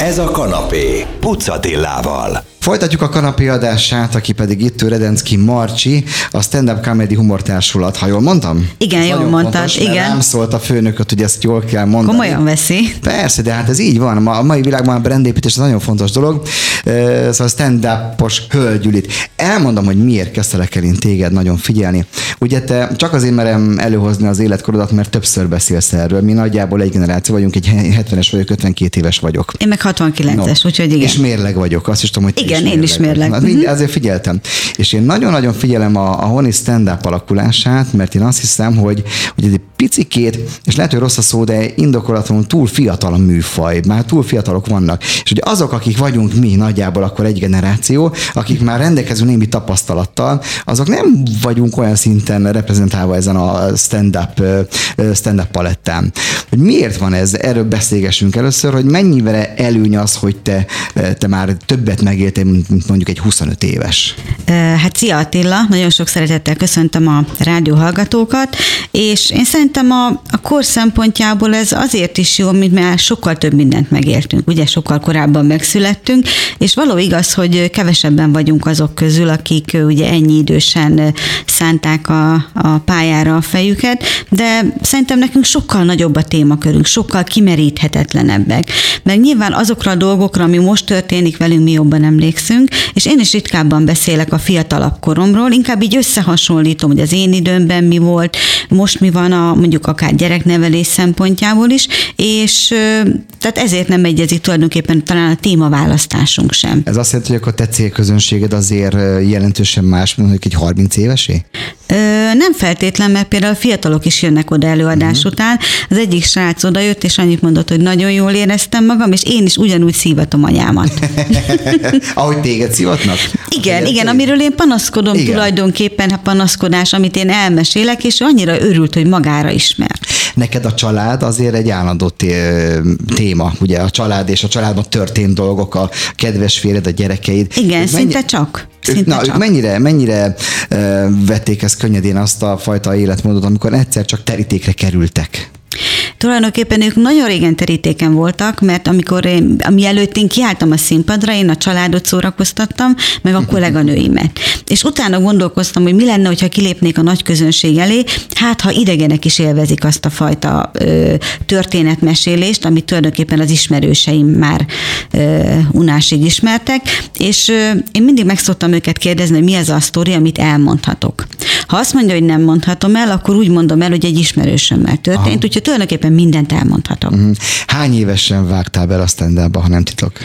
Ez a kanapé Puc Attilával. Folytatjuk a kanapé adását, aki pedig itt ül, Redenszky Marcsi, a Stand Up Comedy Humortársulat. Ha jól mondtam? Igen, jól mondtad. Fontos, igen. Rám szólt a főnököt, hogy ezt jól kell mondani. Komolyan veszi. Persze, de hát ez így van. A mai világban a brandépítés ez nagyon fontos dolog. Szóval stand-upos hölgyülit. Elmondom, hogy miért kezdtelek el én téged nagyon figyelni. Ugye te csak azért merem előhozni az életkorodat, mert többször beszélsz erről. Mi nagyjából egy generáció vagyunk, egy 70-es vagyok, 52 éves vagyok. Én meg 69-es, úgyhogy igen. És mérleg vagyok, azt is tudom, hogy igen, én is mérleg. Ezért figyeltem. És én nagyon-nagyon figyelem a honi stand-up alakulását, mert én azt hiszem, hogy egy picikét, és lehet, hogy rossz a szó, de indokolatlanul túl fiatal a műfaj, már túl fiatalok vannak. És hogy azok, akik vagyunk mi nagyjából akkor egy generáció, akik már rendelkezünk némi tapasztalattal, azok nem vagyunk olyan szinten reprezentálva ezen a stand-up palettán. Hogy miért van ez? Erről beszélgessünk először, hogy mennyire előny az, hogy te már többet megéltél, mint mondjuk egy 25 éves. Hát szia Attila, nagyon sok szeretettel köszöntöm a rádió hallgatókat, és én szerintem a kor szempontjából ez azért is jó, mint már sokkal több mindent megéltünk, ugye sokkal korábban megszülettünk, és való igaz, hogy kevesebben vagyunk azok közül, akik ugye ennyi idősen szánták a pályára a fejüket, de szerintem nekünk sokkal nagyobb a témakörünk, sokkal kimeríthetetlenebbek, mert nyilván azokra a dolgokra, ami most történik velünk, mi jobban emlékszünk, és én is ritkábban beszélek a fiatalabb koromról, inkább így összehasonlítom, hogy az én időmben mi volt, most mi van mondjuk akár gyereknevelés szempontjából is, és tehát ezért nem egyezik tulajdonképpen talán a témaválasztásunk sem. Ez azt jelenti, hogy akkor te célközönséged azért jelentősen más, mint mondjuk egy 30 évesé? Nem feltétlen, mert például fiatalok is jönnek oda előadás után. Az egyik srác odajött, és annyit mondott, hogy nagyon jól éreztem magam, és én is ugyanúgy szívatom anyámat. Ahogy téged szívatnak? Igen, amiről én panaszkodom tulajdonképpen, a panaszkodás, amit én elmesélek, és annyira örült, hogy magára ismer. Neked a család azért egy állandó téma, ugye a család és a családban történt dolgok, a kedves férjed, a gyerekeid. Igen, szinte csak. Ők mennyire vették ezt könnyedén azt a fajta életmódot, amikor egyszer csak terítékre kerültek? Tulajdonképpen ők nagyon régen terítéken voltak, mert mielőtt én kiálltam a színpadra, én a családot szórakoztattam, meg a kolléganőimet. És utána gondolkoztam, hogy mi lenne, hogyha kilépnék a nagy közönség elé, hát ha idegenek is élvezik azt a fajta történetmesélést, amit tulajdonképpen az ismerőseim már unásig ismertek, és én mindig meg szoktam őket kérdezni, hogy mi az a sztori, amit elmondhatok. Ha azt mondja, hogy nem mondhatom el, akkor úgy mondom el, hogy egy ismerősömmel történt, úgyhogy tulajdonképpen mindent elmondhatok. Hány évesen vágtál be a stand-upba, ha nem titok?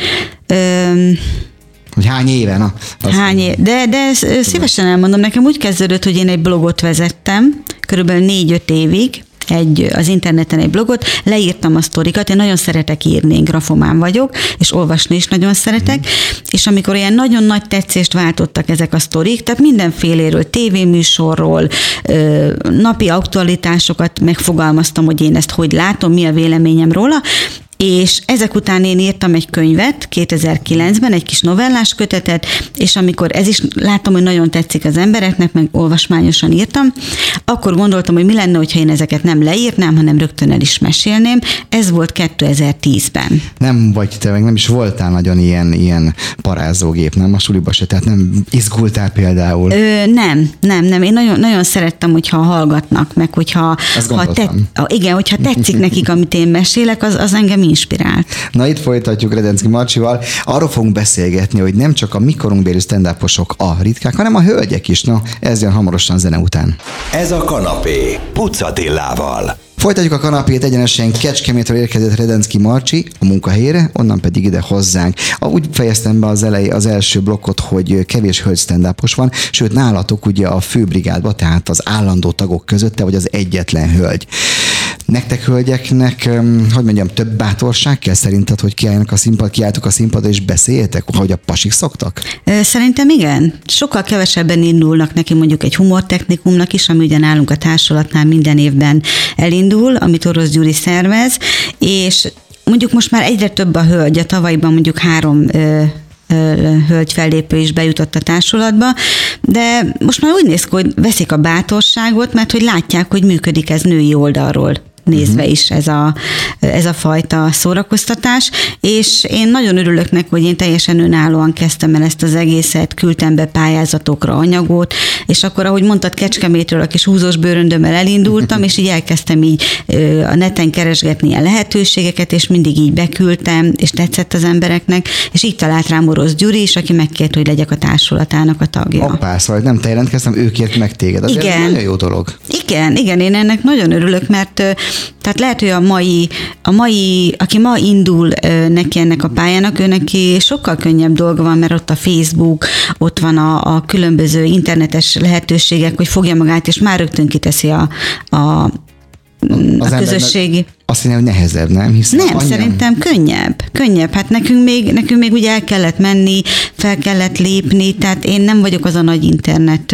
Hogy hány éve? De szívesen elmondom, nekem úgy kezdődött, hogy én egy blogot vezettem, körülbelül 4-5 évig, az interneten egy blogot, leírtam a sztorikat, én nagyon szeretek írni, grafomán vagyok, és olvasni is nagyon szeretek, és amikor ilyen nagyon nagy tetszést váltottak ezek a sztorik, tehát mindenféléről, tévéműsorról, napi aktualitásokat megfogalmaztam, hogy én ezt hogy látom, mi a véleményem róla, és ezek után én írtam egy könyvet 2009-ben, egy kis novellás kötetet, és amikor ez is láttam, hogy nagyon tetszik az embereknek, meg olvasmányosan írtam, akkor gondoltam, hogy mi lenne, hogyha én ezeket nem leírnám, hanem rögtön el is mesélném. Ez volt 2010-ben. Nem vagy te, meg nem is voltál nagyon ilyen parázógép, nem a suliba se, tehát nem izgultál például? Nem. Én nagyon szerettem, hogyha hallgatnak, meg hogyha hogyha tetszik nekik, amit én mesélek, az engem inspirált. Na itt folytatjuk Redenszky Marcsival. Arról fogunk beszélgetni, hogy nem csak a mi korunkbéli stand-uposok a ritkák, hanem a hölgyek is. Na, ez jön hamarosan zene után. Ez a kanapé Puc Attilával. Folytatjuk a kanapét, egyenesen Kecskemétről érkezett Redenszky Marcsi a munkahelyére, onnan pedig ide hozzánk. Úgy fejeztem be az első blokkot, hogy kevés hölgy stand-upos van, sőt nálatok ugye a főbrigádban, tehát az állandó tagok között te vagy az egyetlen hölgy. Nektek hölgyeknek, hogy mondjam, több bátorság kell szerinted, hogy kiálltok a színpadra és beszéljetek, ahogy a pasik szoktak? Szerintem igen. Sokkal kevesebben indulnak neki mondjuk egy humortechnikumnak is, ami ugye nálunk a társulatnál minden évben elindul, amit Orosz Gyuri szervez, és mondjuk most már egyre több a hölgy, a tavalyban mondjuk 3 hölgy fellépő is bejutott a társulatba, de most már úgy néz ki, hogy veszik a bátorságot, mert hogy látják, hogy működik ez női oldalról. nézve is ez a fajta szórakoztatás, és én nagyon örülök neki, hogy én teljesen önállóan kezdtem el ezt az egészet, küldtem be pályázatokra anyagot, és akkor, ahogy mondtad, Kecskemétről a kis húzós bőröndömmel elindultam, és így elkezdtem így a neten keresgetni a lehetőségeket, és mindig így beküldtem, és tetszett az embereknek, és így talált rám Orosz Gyuri is, aki megkért, hogy legyek a társulatának a tagja. Hoppá, szóval nem te jelentkeztem, ő kért meg téged. Az Igen. nagyon jó dolog. Igen, én ennek nagyon örülök, mert tehát lehet, hogy a mai, aki ma indul neki ennek a pályának, ő neki sokkal könnyebb dolga van, mert ott a Facebook, ott van a különböző internetes lehetőségek, hogy fogja magát, és már rögtön kiteszi a közösségi. Azt mondja, hogy nehezebb, nem? Hiszen nem, szerintem könnyebb. Hát nekünk még ugye el kellett menni, fel kellett lépni, tehát én nem vagyok az a nagy internet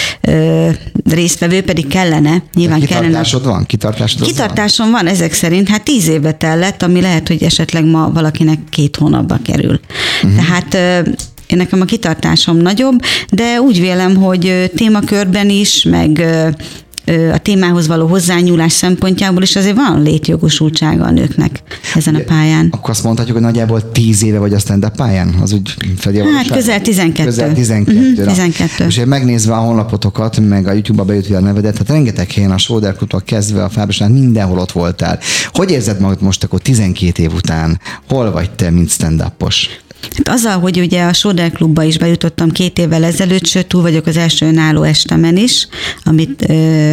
résztvevő, pedig kellene. Nyilván kitartásod kellene. Van? Kitartásom van ezek szerint, hát 10 éve tellett, ami lehet, hogy esetleg ma valakinek 2 hónapba kerül. Tehát én nekem a kitartásom nagyobb, de úgy vélem, hogy témakörben is, meg a témához való hozzányúlás szempontjából is azért van létjogosultsága a nőknek ezen a pályán. Akkor azt mondhatjuk, hogy nagyjából 10 éve vagy a stand-up pályán? Az úgy fedi a Hát közel 12. Közel 12. 12. És megnézve a honlapotokat, meg a YouTube-ba beütve a nevedet, tehát rengeteg helyen a Sóder Klubtól kezdve a Fábrosnál mindenhol ott voltál. Hogy érzed magad most akkor 12 év után? Hol vagy te, mint stand-upos? Hát azzal, hogy ugye a Sóder Klubba is bejutottam 2 évvel ezelőtt, sőt, túl vagyok az első önálló estemen is, amit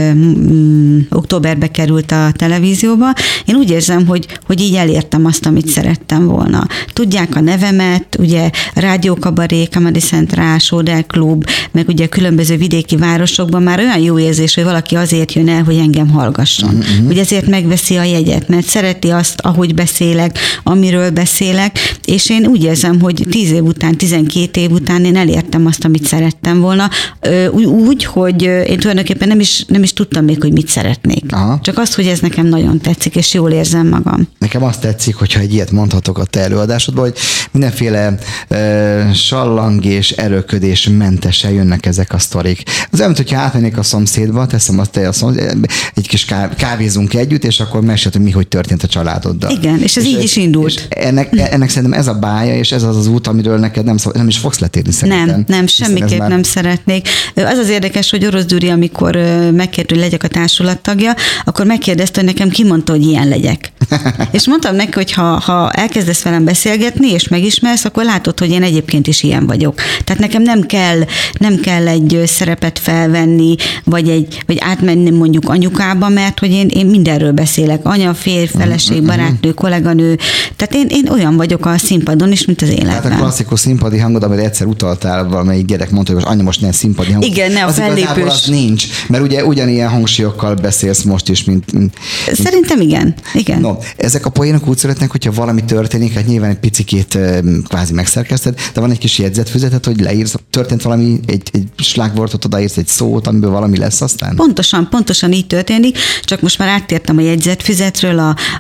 októberbe került a televízióba. Én úgy érzem, hogy így elértem azt, amit szerettem volna. Tudják a nevemet, ugye Rádió Kabaré, Comedy Central, Sóder Klub, meg ugye különböző vidéki városokban már olyan jó érzés, hogy valaki azért jön el, hogy engem hallgasson. Hogy ezért megveszi a jegyet, mert szereti azt, ahogy beszélek, amiről beszélek, és én úgy érzem, hogy 10 év után, 12 év után én elértem azt, amit szerettem volna. Úgy, hogy én tulajdonképpen nem is tudtam még, hogy mit szeretnék. Aha. Csak azt, hogy ez nekem nagyon tetszik, és jól érzem magam. Nekem azt tetszik, hogyha egy ilyet mondhatok a te előadásodban, hogy mindenféle sallang és erőködés mentesen jönnek ezek a sztorik. Az olyan, hogyha átmennék a szomszédba, teszem azt, egy kis kávézunk együtt, és akkor mesélt, hogy mi hogy történt a családoddal. Igen, és ez így is indult. Ennek szerintem ez a bája, és ez az út, amiről neked nem is fogsz letérni szerintem. Nem, semmiképp nem szeretnék. Az érdekes, hogy Orosz Gyuri, amikor megkért, hogy legyek a társulat tagja, akkor megkérdezte, hogy nekem ki mondta, hogy ilyen legyek. És mondtam neki, hogy ha elkezdesz velem beszélgetni, és megismersz, akkor látod, hogy én egyébként is ilyen vagyok. Tehát nekem nem kell egy szerepet felvenni, vagy átmenni mondjuk anyukába, mert hogy én mindenről beszélek. Anya, férj, feleség, barátnő, kolléganő. Tehát én olyan vagyok a színpadon is, mint az életben. Tehát a klasszikus színpadi hangod, amire egyszer utaltál, valamelyik gyerek mondta, hogy most anya, most ne színpadi hangod. Igen, ne a fellépős. Az nincs, mert ugye ugyanilyen hangsúlyokkal beszélsz most is, mint... Szerintem igen. No, ezek a poénok úgy születnek, hogyha valami történik, hát nyilván egy picikét kvázi megszerkeszted, de van egy kis jegyzetfüzetet, hogy leírsz, történt valami, egy slágvortot odaírsz, egy szót, amiből valami lesz aztán? Pontosan így történik, csak most már áttértem a jegyzetfüzetről,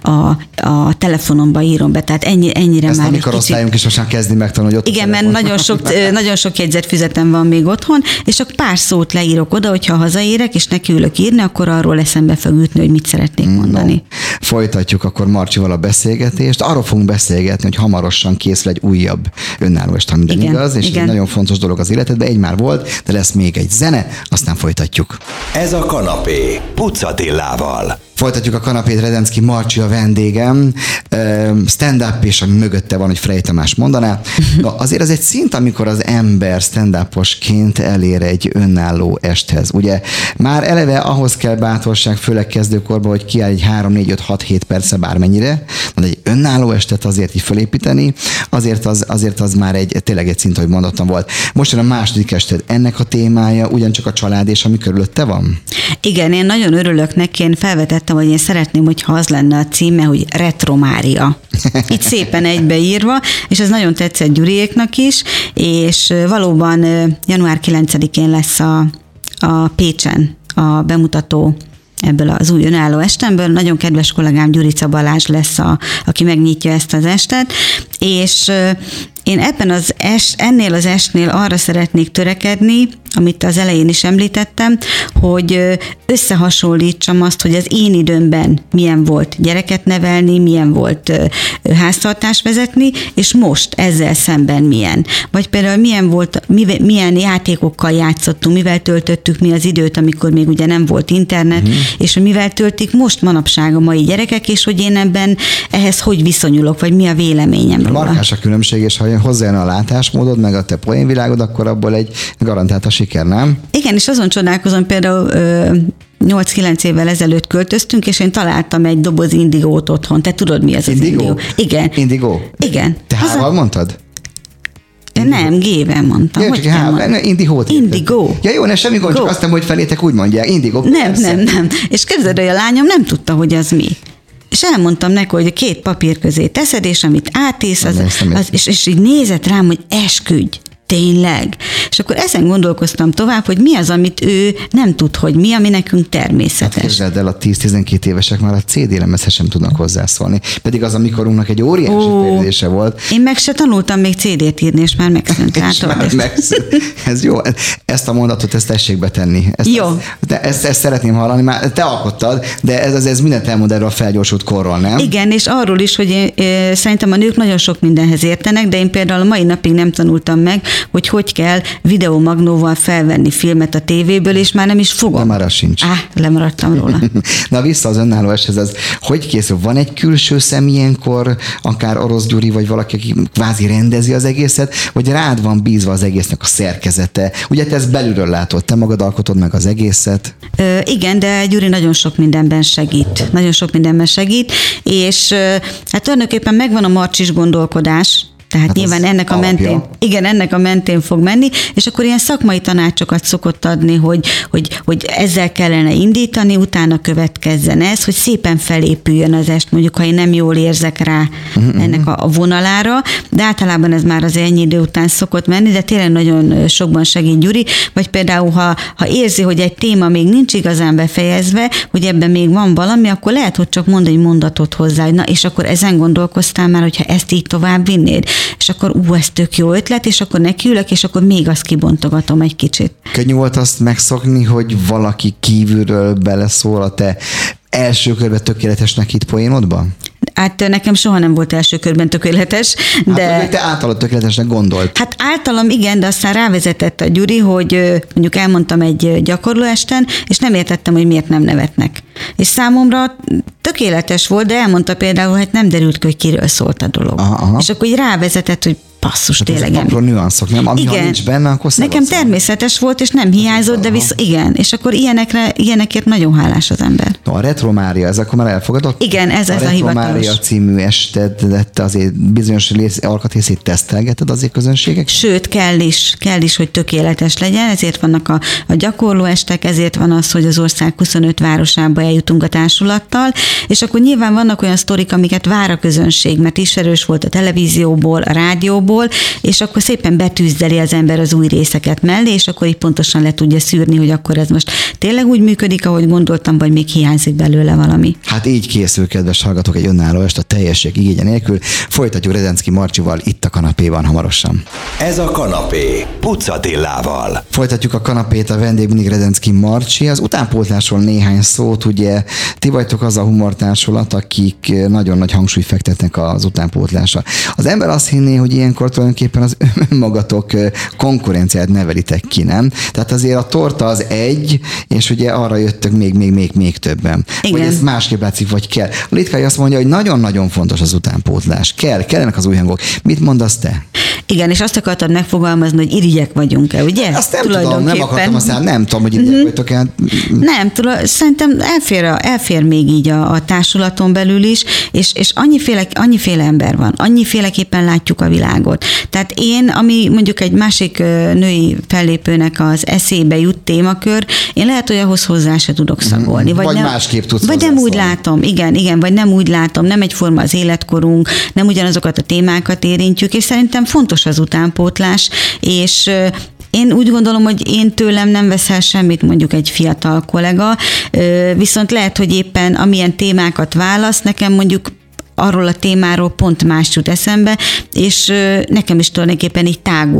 a telefonomba írom be, tehát ennyire ezt már egy kicsit... Osztályunk is most már kezdni megtanulni, hogy ott igen, mert nagyon sok jegyzetfüzetem van még otthon, és csak pár szót leírok oda, hogyha hazaérek, és nekiülök írni, akkor arról eszembe fog jutni, hogy mit szeretnék mondani. No. Folytatjuk akkor Marcsival a beszélgetést. Arról fogunk beszélgetni, hogy hamarosan készül egy újabb önálló est, ha minden igaz, és ez egy nagyon fontos dolog az életedben. Egy már volt, de lesz még egy zene, aztán folytatjuk. Ez a kanapé Puc Attilával. Folytatjuk a kanapét, Redenszky Marcsi a vendégem, stand-up, és ami mögötte van, hogy Frey Tamás mondaná. Na, azért az egy szint, amikor az ember stand-uposként elér egy önálló esthez. Ugye már eleve ahhoz kell bátorság, főleg kezdőkorban, hogy kiáll egy 3-4-5-6-7 perce bármennyire, de egy önálló estet azért így fölépíteni, azért az már tényleg egy szint, ahogy mondottam volt. Most jön a második ested. Ennek a témája ugyancsak a család és ami körülötte van? Igen, én nagyon örülök neki, én felvetettem, hogy én szeretném, hogyha az lenne a címe, hogy Retromária. Itt szépen egybeírva, és ez nagyon tetszett Gyuriéknak is, és valóban január 9-én lesz a Pécsen a bemutató ebből az új önálló estemből. Nagyon kedves kollégám Gyurica Balázs lesz, aki megnyitja ezt az estet, és én ennél az estnél arra szeretnék törekedni, amit az elején is említettem, hogy összehasonlítsam azt, hogy az én időmben milyen volt gyereket nevelni, milyen volt háztartást vezetni, és most ezzel szemben milyen. Vagy például milyen játékokkal játszottunk, mivel töltöttük mi az időt, amikor még ugye nem volt internet, és hogy mivel töltik most manapság a mai gyerekek, és hogy én ebben ehhez hogy viszonyulok, vagy mi a véleményem róla. Markás a különbség, és ha hozzájön a látásmódod, meg a te poénvilágod, akkor abból egy garantált a siker, nem? Igen, és azon csodálkozom, például 8-9 évvel ezelőtt költöztünk, és én találtam egy doboz indigót otthon. Te tudod, mi az indigó? Igen. Indigó? Igen. Te hával mondtad? Nem, G-vel mondtam. Ja, hogy kell mondani? Indigót. Indigó. Ja jó, semmi gond, csak azt nem, hogy felétek úgy mondják. Indigó. Nem. És képzeld, hogy a lányom nem tudta, hogy az mi. És elmondtam neki, hogy 2 papír közé teszed, és amit átész, és így nézett rám, hogy esküdj. Tényleg. És akkor ezen gondolkoztam tovább, hogy mi az, amit ő nem tud, hogy mi, ami nekünk természetes. Hát képzeld el, a 10-12 évesek már a CD lemezhez sem tudnak hozzászólni. Pedig az a mikorunknak egy óriási fejlődése volt. Én meg se tanultam még CD-t írni, és már megszűnt. Ez jó. Ezt a mondatot, ezt tessék betenni. Jó. Ezt szeretném hallani. Már te alkottad, de ez mindent elmond erről a felgyorsult korról, nem? Igen, és arról is, hogy szerintem a nők nagyon sok mindenhez értenek, de én például a mai napig nem tanultam meg, hogy kell videómagnóval felvenni filmet a tévéből, és már nem is fogom. De már az sincs. Lemaradtam róla. Na vissza az önálló eshez, ez hogy készül? Van egy külső szem ilyenkor, akár Orosz Gyuri, vagy valaki, aki kvázi rendezi az egészet, vagy rád van bízva az egésznek a szerkezete? Ugye te ezt belülről látod, te magad alkotod meg az egészet? Igen, de Gyuri nagyon sok mindenben segít. Nagyon sok mindenben segít, és hát tulajdonképpen megvan a marcsis gondolkodás, tehát hát nyilván ennek a mentén fog menni, és akkor ilyen szakmai tanácsokat szokott adni, hogy ezzel kellene indítani, utána következzen ez, hogy szépen felépüljön az est, mondjuk, ha én nem jól érzek rá ennek a vonalára, de általában ez már az ennyi idő után szokott menni, de tényleg nagyon sokban segít Gyuri, vagy például, ha érzi, hogy egy téma még nincs igazán befejezve, hogy ebben még van valami, akkor lehet, hogy csak mond egy mondatot hozzá, na, és akkor ezen gondolkoztál már, hogyha ezt így tovább vinnéd, és akkor ez tök jó ötlet, és akkor nekiülök, és akkor még azt kibontogatom egy kicsit. Könnyű volt azt megszokni, hogy valaki kívülről beleszól a te első körben tökéletesnek hitt poénodba? Hát nekem soha nem volt első körben tökéletes, de... Hát, te általad tökéletesnek gondolt. Hát általam igen, de aztán rávezetett a Gyuri, hogy mondjuk elmondtam egy gyakorlóesten, és nem értettem, hogy miért nem nevetnek. És számomra tökéletes volt, de elmondta például, hogy nem derült ki, hogy kiről szólt a dolog. Aha. És akkor így rávezetett, hogy basszus, hát tényleg. Apró nüanszok, nem? Ami ha nincs benne, akkor nekem természetes volt, és nem hiányzott, de igen. És akkor ilyenekért nagyon hálás az ember. No, a Retro Mária, ez akkor már elfogadott? Igen, ez a hivatalos. A Retro Mária című ested lett azért bizonyos alkatrészét tesztelgeted azért közönségek? Sőt, kell is, hogy tökéletes legyen, ezért vannak a gyakorló estek, ezért van az, hogy az ország 25 városába eljutunk a társulattal, és akkor nyilván vannak olyan sztorik, amiket vár a közönség, mert ismerős volt a televízióból, a rádióból, és akkor szépen betűzdeli az ember az új részeket mellé, és akkor így pontosan le tudja szűrni, hogy akkor ez most tényleg úgy működik, ahogy gondoltam, vagy még hiányzik belőle valami. Hát így készül, kedves hallgatók, egy önálló est a teljesség igénye nélkül. Folytatjuk Redenszky Marcsival itt a kanapéban hamarosan. Ez a kanapé Puc Attilával. Folytatjuk a kanapét, a vendég mindig Redenszky Marcsi. Az utánpótlásról néhány szót, ugye ti vagytok az a humortársulat, akik nagyon nagy hangsúlyt fektetnek az utánpótlásra. Az ember azt hinné, hogy ilyenkor tulajdonképpen az önmagatok konkurenciát nevelitek ki, nem? Tehát azért a torta az egy, és ugye arra jöttök még többen. Igen. Vagy ezt másképp látszik, vagy kell. A Litkay azt mondja, hogy nagyon-nagyon fontos az utánpótlás. Kellenek az új hangok. Mit mondasz te? Igen, és azt akartad megfogalmazni, hogy irigyek vagyunk-e, ugye? Azt nem tudom, nem akartam, aztán nem tudom, hogy irigyek vagytok-e. Nem, szerintem elfér még így a társulaton belül is, és annyiféle ember van, annyiféleképpen látjuk a világot. Tehát én, ami mondjuk egy másik női fellépőnek az eszébe jut témakör, én lehet, hogy ahhoz hozzá se tudok szagolni. Vagy másképp tudsz vagy nem úgy látom, igen, vagy nem úgy látom, nem egyforma az életkorunk, nem ugyanazokat a témákat érintjük, és szerintem fontos az utánpótlás, és én úgy gondolom, hogy én tőlem nem veszel semmit mondjuk egy fiatal kollega, viszont lehet, hogy éppen amilyen témákat válasz, nekem mondjuk arról a témáról pont más jut eszembe, és nekem is tulajdonképpen így tágul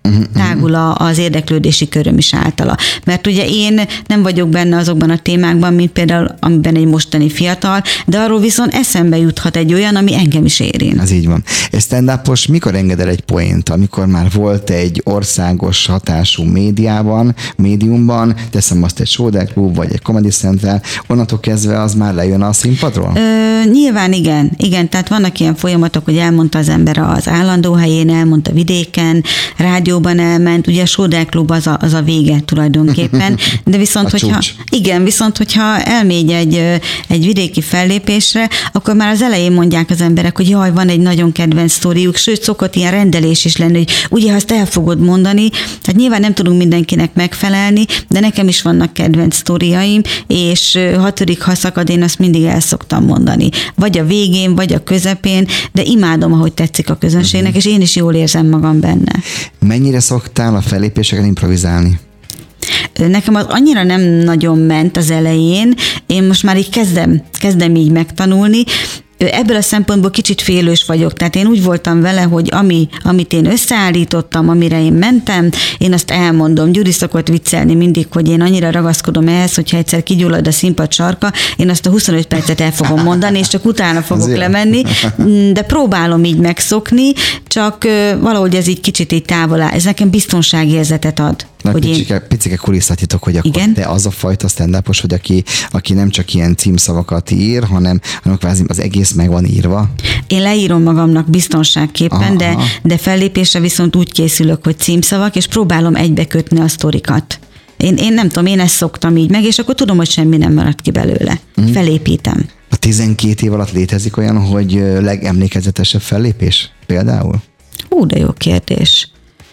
tágul az érdeklődési köröm is általa. Mert ugye én nem vagyok benne azokban a témákban, mint például amiben egy mostani fiatal, de arról viszont eszembe juthat egy olyan, ami engem is érint. Ez így van. És stand-upos mikor enged el egy poént? Amikor már volt egy országos hatású médiumban, teszem azt egy Sóder Klub, vagy egy Comedy Central, onnantól kezdve az már lejön a színpadról? Nyilván igen, tehát vannak ilyen folyamatok, hogy elmondta az ember az állandó helyén, elmondta vidéken, rádióban elment, ugye a Sóder Klub az a vége tulajdonképpen, de viszont, hogyha elmegy egy vidéki fellépésre, akkor már az elején mondják az emberek, hogy jaj, van egy nagyon kedvenc sztoriuk, sőt, szokott ilyen rendelés is lenni, hogy ugye, ha azt el fogod mondani, tehát nyilván nem tudunk mindenkinek megfelelni, de nekem is vannak kedvenc sztoriaim, és 6. szakad én azt mindig el szoktam mondani. Vagy a végén, vagy a közepén, de imádom, ahogy tetszik a közönségnek, és én is jól érzem magam benne. Mennyire szoktál a fellépéseken improvizálni? Nekem az annyira nem nagyon ment az elején, én most már így kezdem így megtanulni. Ebből a szempontból kicsit félős vagyok, tehát én úgy voltam vele, hogy amit én összeállítottam, amire én mentem, én azt elmondom. Gyuri szokott viccelni mindig, hogy én annyira ragaszkodom ehhez, hogyha egyszer kigyullad a színpad sarka, én azt a 25 percet el fogom mondani, és csak utána fogok lemenni, de próbálom így megszokni, csak valahogy ez így kicsit így távol áll. Ez nekem biztonságérzetet ad. Picike kulisszatitok, hogy akkor te az a fajta stand-upos, hogy aki nem csak ilyen címszavakat ír, hanem kvázi az egész meg van írva. Én leírom magamnak biztonságképpen, de fellépésre viszont úgy készülök, hogy címszavak, és próbálom egybekötni a sztorikat. Én nem tudom, én ezt szoktam így meg, és akkor tudom, hogy semmi nem maradt ki belőle. Felépítem. A 12 év alatt létezik olyan, hogy legemlékezetesebb fellépés például? De jó kérdés.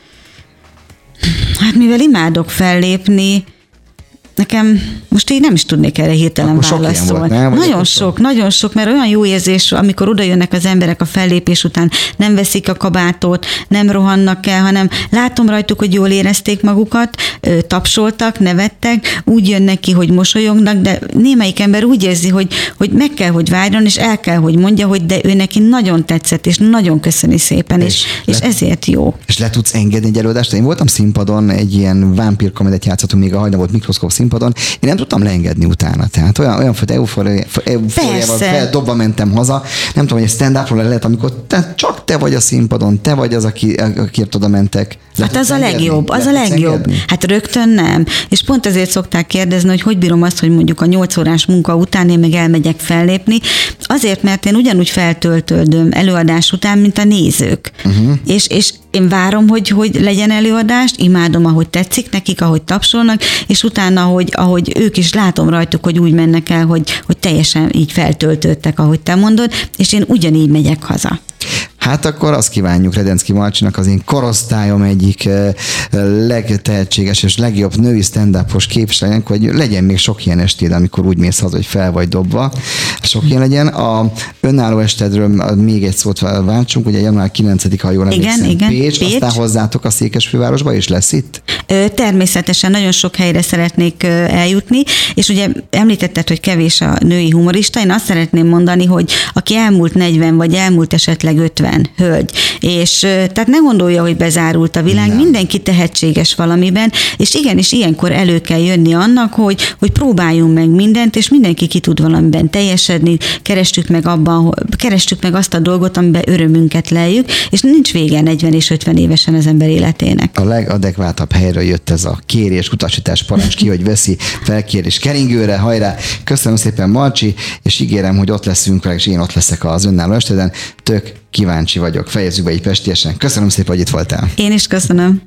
Hát mivel imádok fellépni, nekem most így nem is tudnék erre hirtelen válaszolni. Nagyon sok, mert olyan jó érzés, amikor oda jönnek az emberek a fellépés után, nem veszik a kabátot, nem rohannak el, hanem látom rajtuk, hogy jól érezték magukat, tapsoltak, nevettek, úgy jönnek ki, hogy mosolyognak, de némelyik ember úgy érzi, hogy meg kell, hogy várjon, és el kell, hogy mondja, hogy de ő neki nagyon tetszett, és nagyon köszöni szépen, és ezért jó. És le tudsz engedni egy előadást? Én voltam színpadon, egy ilyen vámpírkomedét játszottunk, még a hajna volt mikroszkóp színpadon, én nem tudtam leengedni utána. Tehát olyan fajta eufóriával feldobva mentem haza. Nem tudom, hogy egy stand-upról lehet, amikor csak te vagy a színpadon, te vagy az, akiért oda mentek. Hát az a legjobb, Hát rögtön nem. És pont ezért szokták kérdezni, hogy bírom azt, hogy mondjuk a 8 órás munka után én meg elmegyek fellépni. Azért, mert én ugyanúgy feltöltődöm előadás után, mint a nézők. És én várom, hogy legyen előadást, imádom, ahogy tetszik nekik, ahogy tapsolnak, és utána, ahogy ők is látom rajtuk, hogy úgy mennek el, hogy teljesen így feltöltődtek, ahogy te mondod, és én ugyanígy megyek haza. Hát akkor azt kívánjuk Redenszky Marcsinak, az én korosztályom egyik legtehetséges és legjobb női stand-upos képviselőnek, hogy legyen még sok ilyen estéd, amikor úgy mész haza, hogy fel vagy dobva. Sok ilyen legyen. A önálló estedről még egy szót váltsunk, ugye január 9-a, ha jól emlékszem, Pécs, aztán hozzátok a Székesfővárosba, és lesz itt? Természetesen nagyon sok helyre szeretnék eljutni, és ugye említetted, hogy kevés a női humorista, én azt szeretném mondani, hogy aki elmúlt 40, vagy elmúlt esetleg 50 hölgy, és tehát ne gondolja, hogy bezárult a világ, mindenki tehetséges valamiben, és igenis ilyenkor elő kell jönni annak, hogy próbáljunk meg mindent, és mindenki ki tud valamiben teljesedni, kerestük meg azt a dolgot, amiben örömünket leljük, és nincs vége 40 és 50 évesen az ember életének. A legadekvátabb helyről jött ez a kérés, utasítás, parancs, ki, hogy veszi, felkérés keringőre, hajrá. Köszönöm szépen, Marcsi, és ígérem, hogy ott leszünk, és én ott leszek az önálló esteden. Tök kíváncsi vagyok. Fejezzük be így pestiesen. Köszönöm szépen, hogy itt voltál. Én is köszönöm.